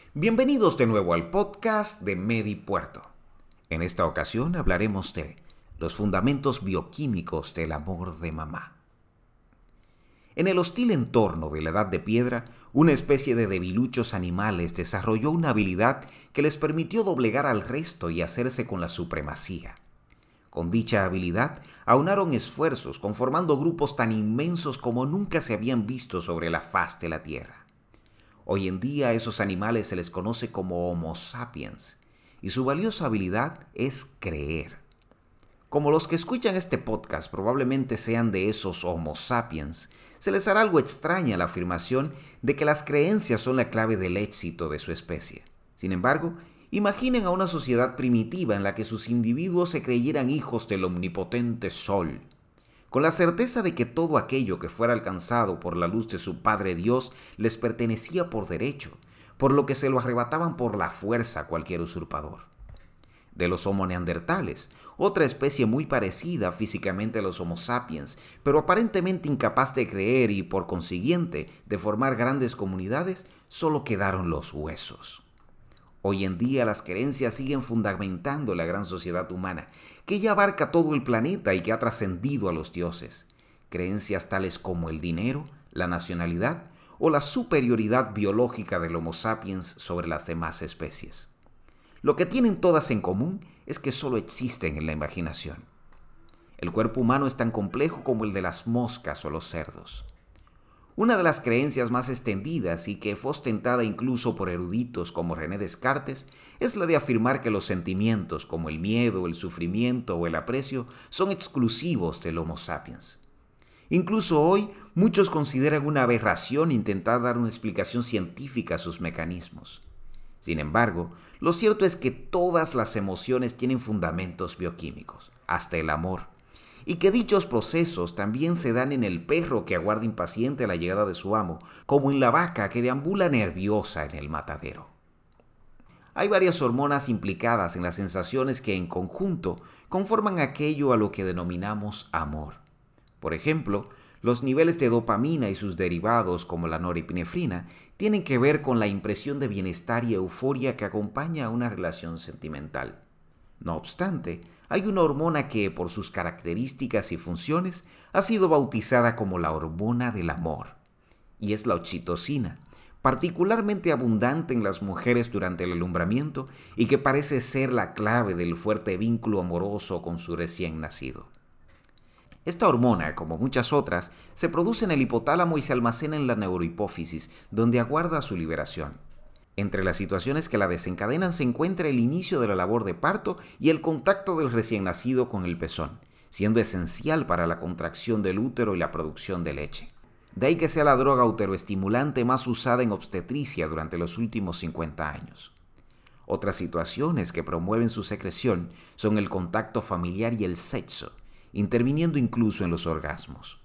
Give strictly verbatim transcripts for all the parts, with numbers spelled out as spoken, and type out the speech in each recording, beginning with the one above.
Bienvenidos de nuevo al podcast de MediPuerto. En esta ocasión hablaremos de los fundamentos bioquímicos del amor de mamá. En el hostil entorno de la Edad de Piedra, una especie de debiluchos animales desarrolló una habilidad que les permitió doblegar al resto y hacerse con la supremacía. Con dicha habilidad, aunaron esfuerzos conformando grupos tan inmensos como nunca se habían visto sobre la faz de la Tierra. Hoy en día a esos animales se les conoce como Homo sapiens, y su valiosa habilidad es creer. Como los que escuchan este podcast probablemente sean de esos Homo sapiens, se les hará algo extraña la afirmación de que las creencias son la clave del éxito de su especie. Sin embargo, imaginen a una sociedad primitiva en la que sus individuos se creyeran hijos del omnipotente Sol, con la certeza de que todo aquello que fuera alcanzado por la luz de su Padre Dios les pertenecía por derecho, por lo que se lo arrebataban por la fuerza a cualquier usurpador. De los Homo neandertales, otra especie muy parecida físicamente a los Homo sapiens, pero aparentemente incapaz de creer y, por consiguiente, de formar grandes comunidades, solo quedaron los huesos. Hoy en día las creencias siguen fundamentando la gran sociedad humana, que ya abarca todo el planeta y que ha trascendido a los dioses. Creencias tales como el dinero, la nacionalidad o la superioridad biológica del Homo sapiens sobre las demás especies. Lo que tienen todas en común es que solo existen en la imaginación. El cuerpo humano es tan complejo como el de las moscas o los cerdos. Una de las creencias más extendidas y que fue ostentada incluso por eruditos como René Descartes es la de afirmar que los sentimientos como el miedo, el sufrimiento o el aprecio son exclusivos del Homo sapiens. Incluso hoy, muchos consideran una aberración intentar dar una explicación científica a sus mecanismos. Sin embargo, lo cierto es que todas las emociones tienen fundamentos bioquímicos, hasta el amor, y que dichos procesos también se dan en el perro que aguarda impaciente la llegada de su amo, como en la vaca que deambula nerviosa en el matadero. Hay varias hormonas implicadas en las sensaciones que en conjunto conforman aquello a lo que denominamos amor. Por ejemplo, los niveles de dopamina y sus derivados, como la norepinefrina, tienen que ver con la impresión de bienestar y euforia que acompaña a una relación sentimental. No obstante, hay una hormona que, por sus características y funciones, ha sido bautizada como la hormona del amor, y es la oxitocina, particularmente abundante en las mujeres durante el alumbramiento y que parece ser la clave del fuerte vínculo amoroso con su recién nacido. Esta hormona, como muchas otras, se produce en el hipotálamo y se almacena en la neurohipófisis, donde aguarda su liberación. Entre las situaciones que la desencadenan se encuentra el inicio de la labor de parto y el contacto del recién nacido con el pezón, siendo esencial para la contracción del útero y la producción de leche. De ahí que sea la droga uteroestimulante más usada en obstetricia durante los últimos cincuenta años. Otras situaciones que promueven su secreción son el contacto familiar y el sexo, interviniendo incluso en los orgasmos.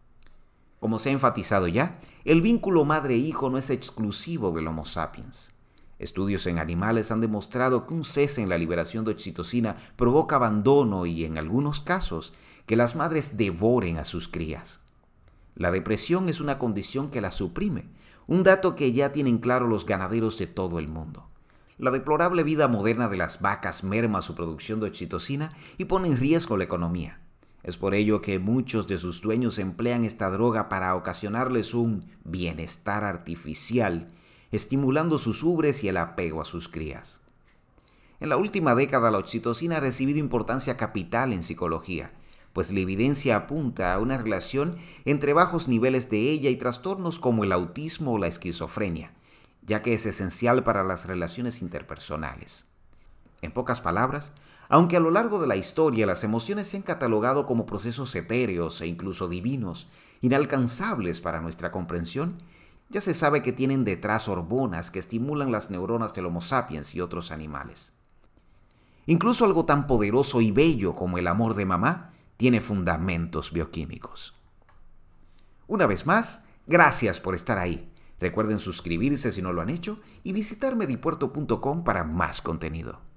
Como se ha enfatizado ya, el vínculo madre-hijo no es exclusivo del Homo sapiens. Estudios en animales han demostrado que un cese en la liberación de oxitocina provoca abandono y, en algunos casos, que las madres devoren a sus crías. La depresión es una condición que la suprime, un dato que ya tienen claro los ganaderos de todo el mundo. La deplorable vida moderna de las vacas merma su producción de oxitocina y pone en riesgo la economía. Es por ello que muchos de sus dueños emplean esta droga para ocasionarles un bienestar artificial, estimulando sus ubres y el apego a sus crías. En la última década la oxitocina ha recibido importancia capital en psicología, pues la evidencia apunta a una relación entre bajos niveles de ella y trastornos como el autismo o la esquizofrenia, ya que es esencial para las relaciones interpersonales. En pocas palabras, aunque a lo largo de la historia las emociones se han catalogado como procesos etéreos e incluso divinos, inalcanzables para nuestra comprensión, ya se sabe que tienen detrás hormonas que estimulan las neuronas del Homo sapiens y otros animales. Incluso algo tan poderoso y bello como el amor de mamá tiene fundamentos bioquímicos. Una vez más, gracias por estar ahí. Recuerden suscribirse si no lo han hecho y visitar medipuerto punto com para más contenido.